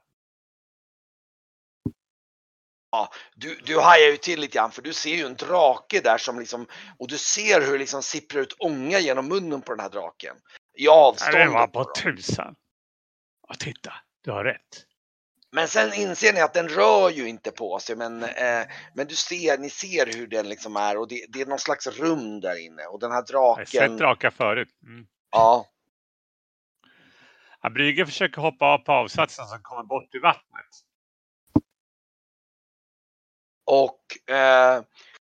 Ja, du, du hajar ju till lite grann för du ser ju en drake där som liksom och du ser hur det liksom sipprar ut ånga genom munnen på den här draken. I avstånd. Det var på tusan. Ja, titta, du har rätt. Men sen inser ni att den rör ju inte på sig men, eh, men du ser, ni ser hur den liksom är och det, det är någon slags rum där inne och den här draken. Jag har sett drakar förut. Mm. Ja. Ja, Brygge försöker hoppa av på avsatsen som kommer bort i vattnet. Och eh,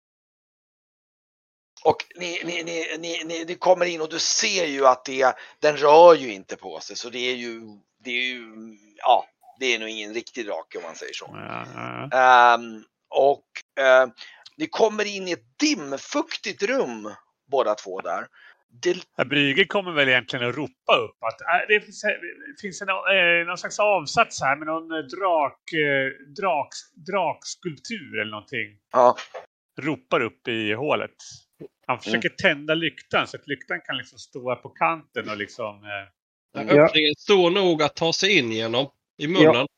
och ni, ni, ni, ni, ni, ni kommer in och du ser ju att det, den rör ju inte på sig så det är ju, det är ju, ja, det är nog ingen riktig drake om man säger så. Ja, ja. Um, och uh, ni kommer in i ett dimfuktigt rum båda två där. Det... Ja, Brygge kommer väl egentligen att ropa upp att äh, det finns, det finns en, eh, någon slags avsats här med någon drak, eh, drak, drakskulptur eller någonting. Ja. Ropar upp i hålet. Han försöker mm. tända lyktan så att lyktan kan liksom stå på kanten och liksom... Eh... Öppningen är stor nog att ta sig in genom i munnen. Ja.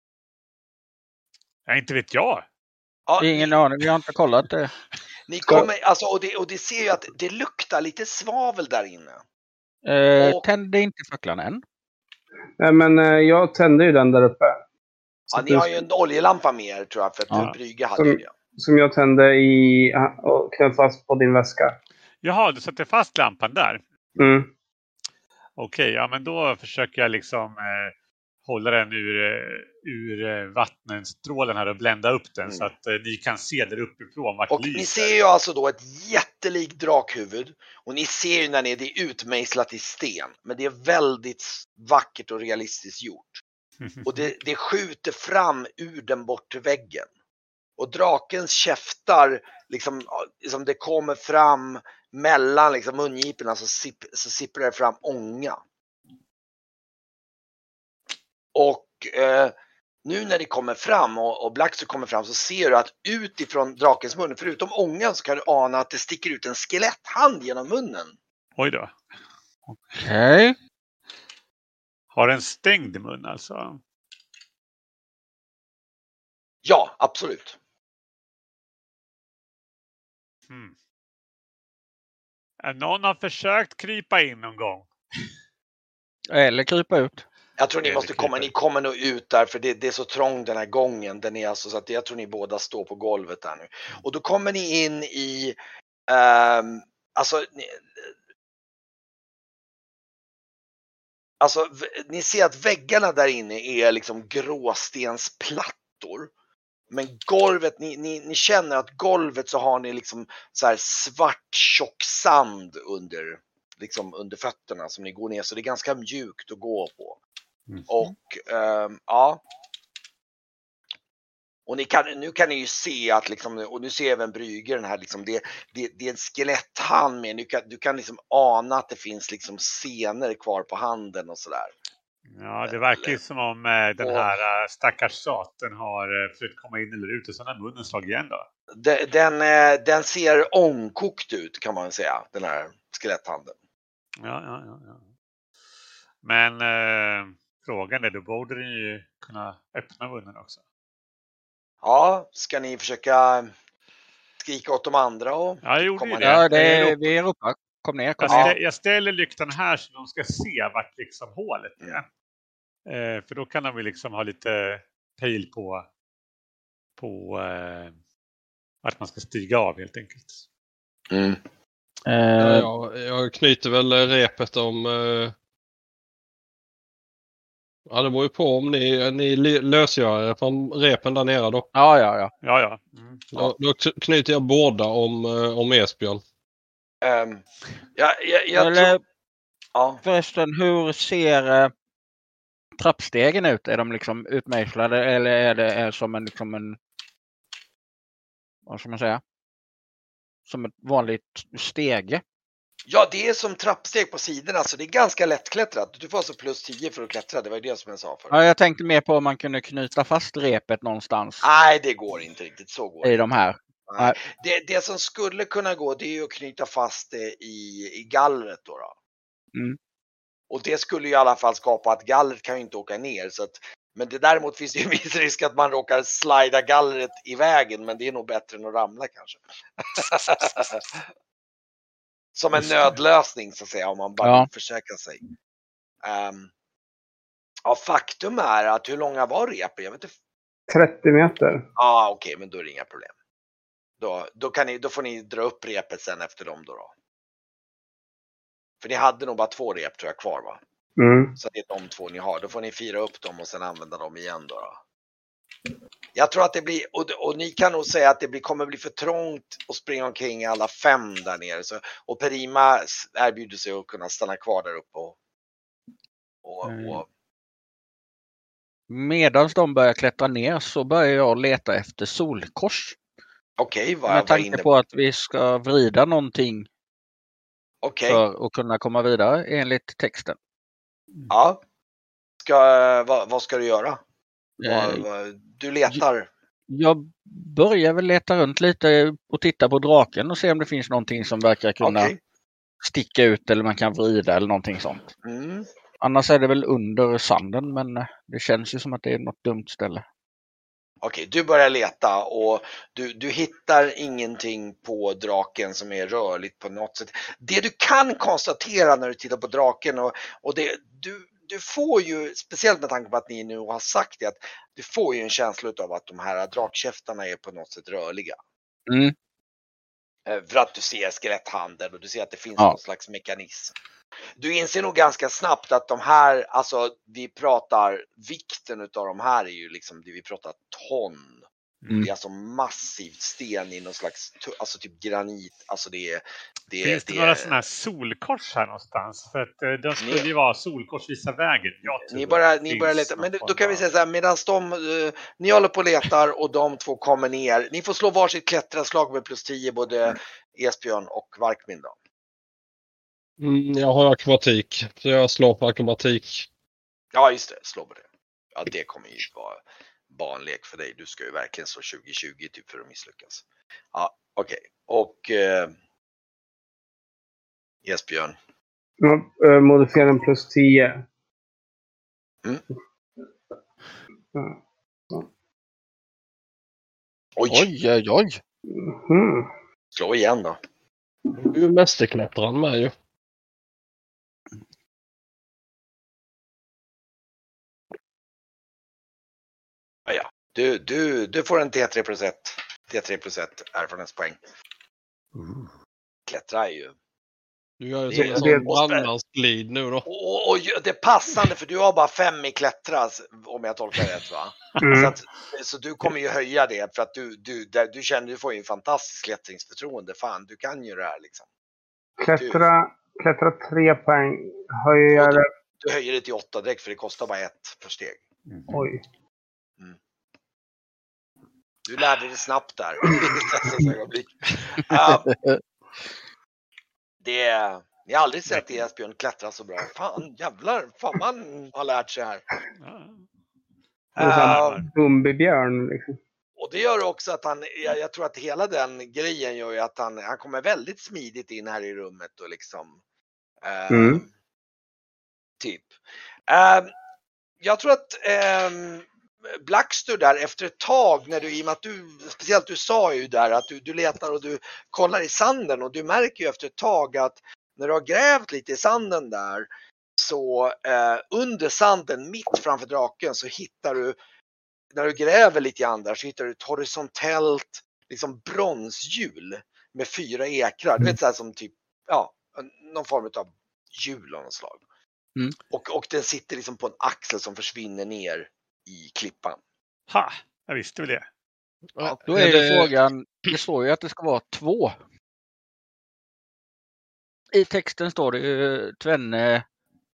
Ja, inte vet jag. Ja, ingen aning, vi har inte kollat det. Ni kommer, alltså, och, det, och det ser ju att det luktar lite svavel där inne. Eh, och... Tände inte facklan än? Nej, men eh, jag tände ju den där uppe. Ja, ni har ju en oljelampa med er tror jag, för att ja. Brygge hade som, ju det. Som jag tände i, och knöt fast på din väska. Jaha, du satte fast lampan där? Mm. Okej, okay, ja men då försöker jag liksom eh, hålla den ur, ur vattenstrålen här och blända upp den mm. så att eh, ni kan se där uppifrån vart och lyser. Ni ser ju alltså då ett jättelikt drakhuvud och ni ser ju när det är utmejslat i sten. Men det är väldigt vackert och realistiskt gjort. Och det, det skjuter fram ur den bortre väggen. Och drakens käftar, liksom, liksom det kommer fram mellan liksom, mungiporna så, sipp, så sipprar det fram ånga. Och eh, nu när det kommer fram och, och Blackstone kommer fram så ser du att utifrån drakens mun, förutom ångan så kan du ana att det sticker ut en skeletthand genom munnen. Oj då. Okej. Okay. Har en stängd mun alltså? Ja, absolut. Hmm. Någon har försökt krypa in någon gång. Eller krypa ut. Jag tror ni måste komma, ni kommer nog ut där för det, det är så trång den här gången. Den är alltså så att jag tror ni båda står på golvet där nu. Och då kommer ni in i, um, alltså, ni, alltså ni ser att väggarna där inne är liksom gråstensplattor. Men golvet, ni, ni, ni känner att golvet så har ni liksom så här svart tjock sand under, liksom under fötterna som ni går ner. Så det är ganska mjukt att gå på. Mm. Och um, ja. Och ni kan, nu kan ni ju se att liksom, och nu ser även Brygge den här liksom, det, det, det är en skeletthand med, du kan, du kan liksom ana att det finns liksom senor kvar på handen och sådär. Ja, det verkar ju som om eh, den och, här eh, stackars saten har eh, försökt komma in eller ut och så har munnen slagit igen då. Den, den, eh, den ser ångkokt ut kan man säga, den här skeletthanden. Ja, ja, ja. ja. Men eh, frågan är, då borde den ju kunna öppna munnen också. Ja, ska ni försöka skrika åt de andra och ja, jag gjorde det. Ja, det är vi är uppe. Kom ner, kom jag, ner. ställer, jag ställer lyktan här så de ska se vart liksom hålet är. Mm. Eh, för då kan de väl liksom ha lite pejl på på eh, vart man ska stiga av helt enkelt. Mm. Eh, ja, jag knyter väl repet om eh... ja, det beror ju på om ni, ni lösgör er från repen där nere då. Ja, ja, ja. ja, ja. Mm. Då, då knyter jag båda om, om Esbjörn. Um, ja, jag, jag Eller, tror... ja. Förresten, hur ser trappstegen ut? Är de liksom utmejslade eller är det är som en, liksom en, vad ska man säga? Som ett vanligt stege? Ja, det är som trappsteg på sidorna, så det är ganska lättklättrat. Du får alltså plus tio för att klättra, det var ju det som jag sa förut. Ja, jag tänkte mer på om man kunde knyta fast repet någonstans Nej, det går inte riktigt. Så går i det. de här. Nej. Det, det som skulle kunna gå, det är ju att knyta fast det i, i gallret då. då. Mm. Och det skulle ju i alla fall skapa att gallret kan ju inte åka ner. Så att, men det, däremot finns det ju en viss risk att man råkar slida gallret i vägen, men det är nog bättre än att ramla kanske. Som en nödlösning så att säga, om man bara Ja. vill försäkra sig. Um, ja, faktum är att hur långa var repen? Jag vet inte. trettio meter. Ja, ah, okej, okay, men då är det inga problem. Då, då, kan ni, då får ni dra upp repet sen efter dem då, då. För ni hade nog bara två rep tror jag kvar va? Mm. Så det är de två ni har. Då får ni fira upp dem och sen använda dem igen då. då. Jag tror att det blir, och, och ni kan nog säga att det blir, kommer bli för trångt att springa omkring i alla fem där nere. Så, och Perima erbjuder sig att kunna stanna kvar där uppe. Och, och, Mm. och... Medan de börjar klättra ner så börjar jag leta efter solkors. Okej, okay, vad Med jag var tanke inne på att vi ska vrida någonting okay. för att kunna komma vidare enligt texten. Ja. Ska, vad, vad ska du göra? Eh, vad, du letar? Jag börjar väl leta runt lite och titta på draken och se om det finns någonting som verkar kunna okay. sticka ut eller man kan vrida eller någonting sånt. Mm. Annars är det väl under sanden, men det känns ju som att det är något dumt ställe. Okej, du börjar leta och du, du hittar ingenting på draken som är rörligt på något sätt. Det du kan konstatera när du tittar på draken och, och det, du, du får ju, speciellt med tanke på att ni nu har sagt det, att du får ju en känsla av att de här drakkäftarna är på något sätt rörliga. Mm. För att du ser skeletthanden och du ser att det finns Ja. någon slags mekanism. Du inser nog ganska snabbt att de här, alltså vi pratar, vikten utav de här är ju liksom, vi pratar ton. Mm. Det är alltså massivt sten i någon slags, alltså typ granit, alltså det är... Det, Finns det, det några är, sådana här solkors här någonstans? För att eh, de skulle Ni- ju vara solkors vissa vägen. Jag tror Ni att börjar, det ni finns börjar leta, någon men då form kan vi av- säga så här, medan de, uh, ni håller på och letar och de två kommer ner. Ni får slå varsitt klättraslag med plus tio, både Esbjörn och Varkmin då. Mm, jag har akrobatik, så jag slår på akrobatik. Ja, just det, slå på det. Ja, det kommer ju vara barnlek för dig. Du ska ju verkligen slå tjugo tjugo typ för att misslyckas. Ja, okej. Okay. Och eh, Esbjörn. Ja, eh, modifiera en plus tio. Mm. Ja. Oj, Oj, oj, oj. Mhm. slå igen då. Du är ju mästerklättraren med ju. Ja, ja. Du, du, du får en T tre plus ett. T tre plus ett erfarenhetspoäng. Klättra är ju. Du gör ju Det- som en det- sån det- brandmansglid nu då. Och, och det är passande för du har bara fem i klättra om jag tolkar rätt va? Så, Mm. att, så du kommer ju höja det för att du, du, där, du känner du får ju en fantastisk klättringsförtroende. Fan, du kan ju det här liksom. Klättra, klättra tre poäng. Höja Och det. Du höjer det till åtta direkt för det kostar bara ett för steg. Oj. Du lärde dig snabbt där. uh, det är, jag har aldrig sett Esbjörn klättra så bra. Fan jävlar, fan man har lärt sig här. Ja. Det är Uh, som Bumbibjörn liksom. och det gör också att han, jag, jag tror att hela den grejen gör ju att han, han kommer väldigt smidigt in här i rummet och liksom uh, Mm. typ. Uh, jag tror att um, Blackster där efter ett tag när du, i och med att du, speciellt du sa ju där att du, du letar och du kollar i sanden och du märker ju efter ett tag att när du har grävt lite i sanden där så eh, under sanden mitt framför draken så hittar du, när du gräver lite grann där så hittar du ett horisontellt liksom bronshjul med fyra ekrar, du vet så här som typ, ja, någon form av hjul av något slag. Mm. Och, och den sitter liksom på en axel som försvinner ner i klippan. Ha, jag visste väl det. Ja, då är det frågan, det står ju att det ska vara två. I texten står det ju tvenne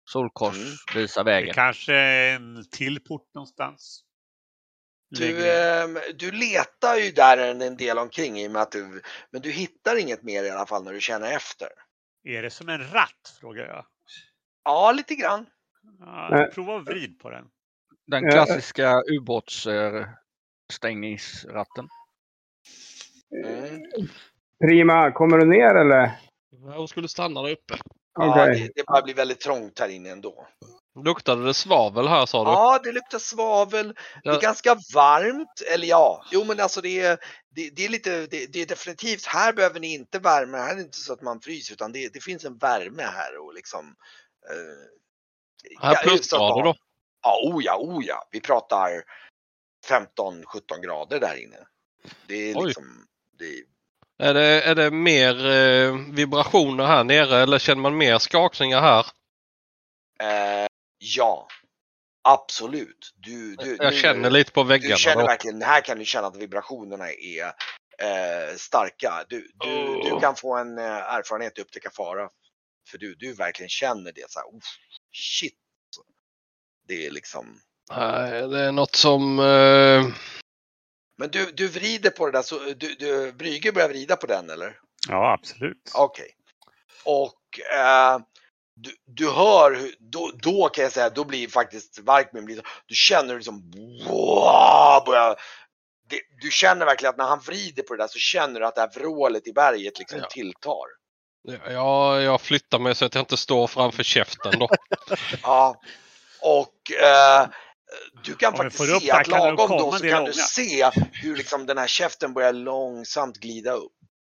Solkors Mm. visar Det är vägen. kanske är en till port någonstans. Du, eh, du letar ju där en, en del omkring i och med att du, men du hittar inget mer i alla fall när du känner efter. Är det som en ratt, frågar jag. Ja, lite grann. Ja, jag prova att vrid på den. Den klassiska ubåtsstängningsratten. Mm. Prima, kommer du ner eller? Hon skulle stanna där uppe. Ja, Okej. det, det bara blir väldigt trångt här inne ändå. Luktade det svavel här sa du? Ja, det luktar svavel. Det är Ja. ganska varmt. Eller ja, jo men alltså det är, det, det är lite, det, det är definitivt, här behöver ni inte värme. Här är det inte så att man fryser utan det, det finns en värme här och liksom. Eh, Här plusgrader då? Ja, oh ja, oh ja. Vi pratar femton sjutton grader där inne. Det är Oj. liksom, det, Är det, är det mer eh, vibrationer här nere eller känner man mer skakningar här? eh, ja, absolut. Du, du, Jag nu- känner lite på Du väggarna känner då. verkligen, här kan du känna att vibrationerna är eh, starka. Du, du, Oh. du kan få en eh, erfarenhet att upptäcka fara. För du, du verkligen känner det så här, oh, shit. Det är liksom. Nej, det är något som... Eh, Men du, du vrider på det där, så du, du Brygger börjar vrida på den eller? Ja, absolut. Okej. Och eh, du, du hör, hur- då, då kan jag säga, då blir faktiskt Varkmin blir så, du känner hur liksom, wow, börjar, det, du känner verkligen att när han vrider på det där så känner du att det här vrålet i berget liksom Ja. tilltar. ja, jag flyttar mig så att jag inte står framför käften då. Ja. Och eh, du kan Om vi faktiskt får upp se det här att kan det lagom komma då en så del kan du ånga. se hur liksom den här käften börjar långsamt glida upp.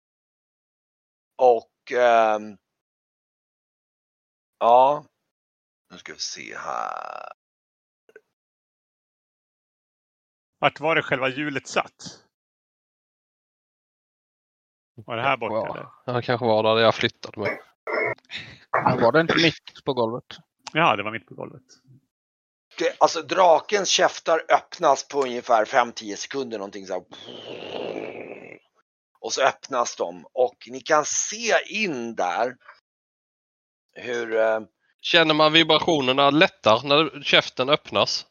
Och ehm, ja, nu ska vi se här. Vart var det själva hjulet satt? Var det här borta Ja. eller? Det kanske var där jag flyttade mig. Men var det inte mitt på golvet? Ja, det var mitt på golvet. Det, alltså drakens käftar öppnas på ungefär fem till tio sekunder någonting så här. Och så öppnas de och ni kan se in där hur eh, Känner man vibrationerna lättar när käften öppnas?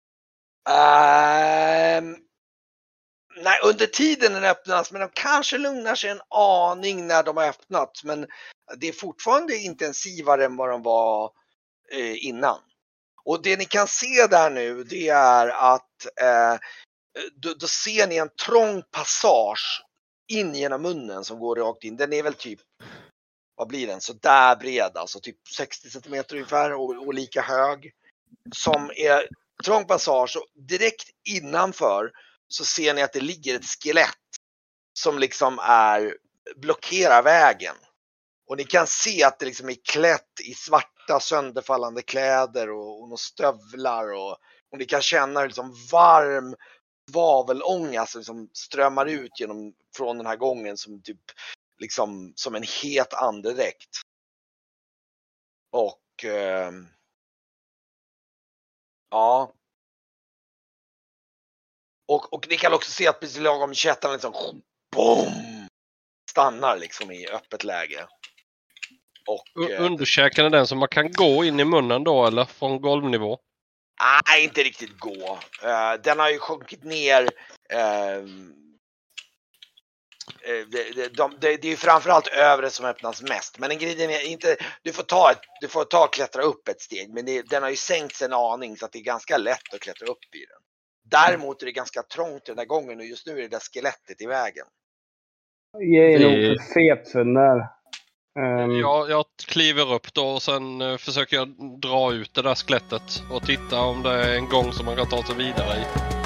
Ehm, nej, under tiden den öppnas, men de kanske lugnar sig en aning när de har öppnat. Men det är fortfarande intensivare än vad de var eh, innan. Och det ni kan se där nu, det är att eh, då, då ser ni en trång passage in genom munnen som går rakt in. Den är väl typ, vad blir den? Så där bred, alltså typ sextio centimeter ungefär och, och lika hög. Som är trång passage och direkt innanför så ser ni att det ligger ett skelett som liksom är blockerar vägen. Och ni kan se att det liksom är klätt i svarta sönderfallande kläder och, och några stövlar och, och ni kan känna hur liksom varm svavelånga som liksom strömmar ut genom från den här gången som typ liksom som en het andedräkt. Och eh, ja. Och, och ni kan också se att precis lagom kättarna liksom boom, stannar liksom i öppet läge. Och U- eh, Underkäken är den som man kan gå in i munnen då eller från golvnivå? nej, inte riktigt gå. Eh, den har ju sjunkit ner. Uh, det, det, de, det, det är ju framförallt övre som öppnas mest. Men en grej är inte, du får ta ett, du får ta och klättra upp ett steg. Men det, den har ju sänkt en aning så att det är ganska lätt att klättra upp i den. Däremot är det ganska trångt den där gången och just nu är det där skelettet i vägen. Jag är Det- nog för fet för den där. Ehm, Jag, jag kliver upp då och sen eh, försöker jag dra ut det där skelettet och titta om det är en gång som man kan ta sig vidare i.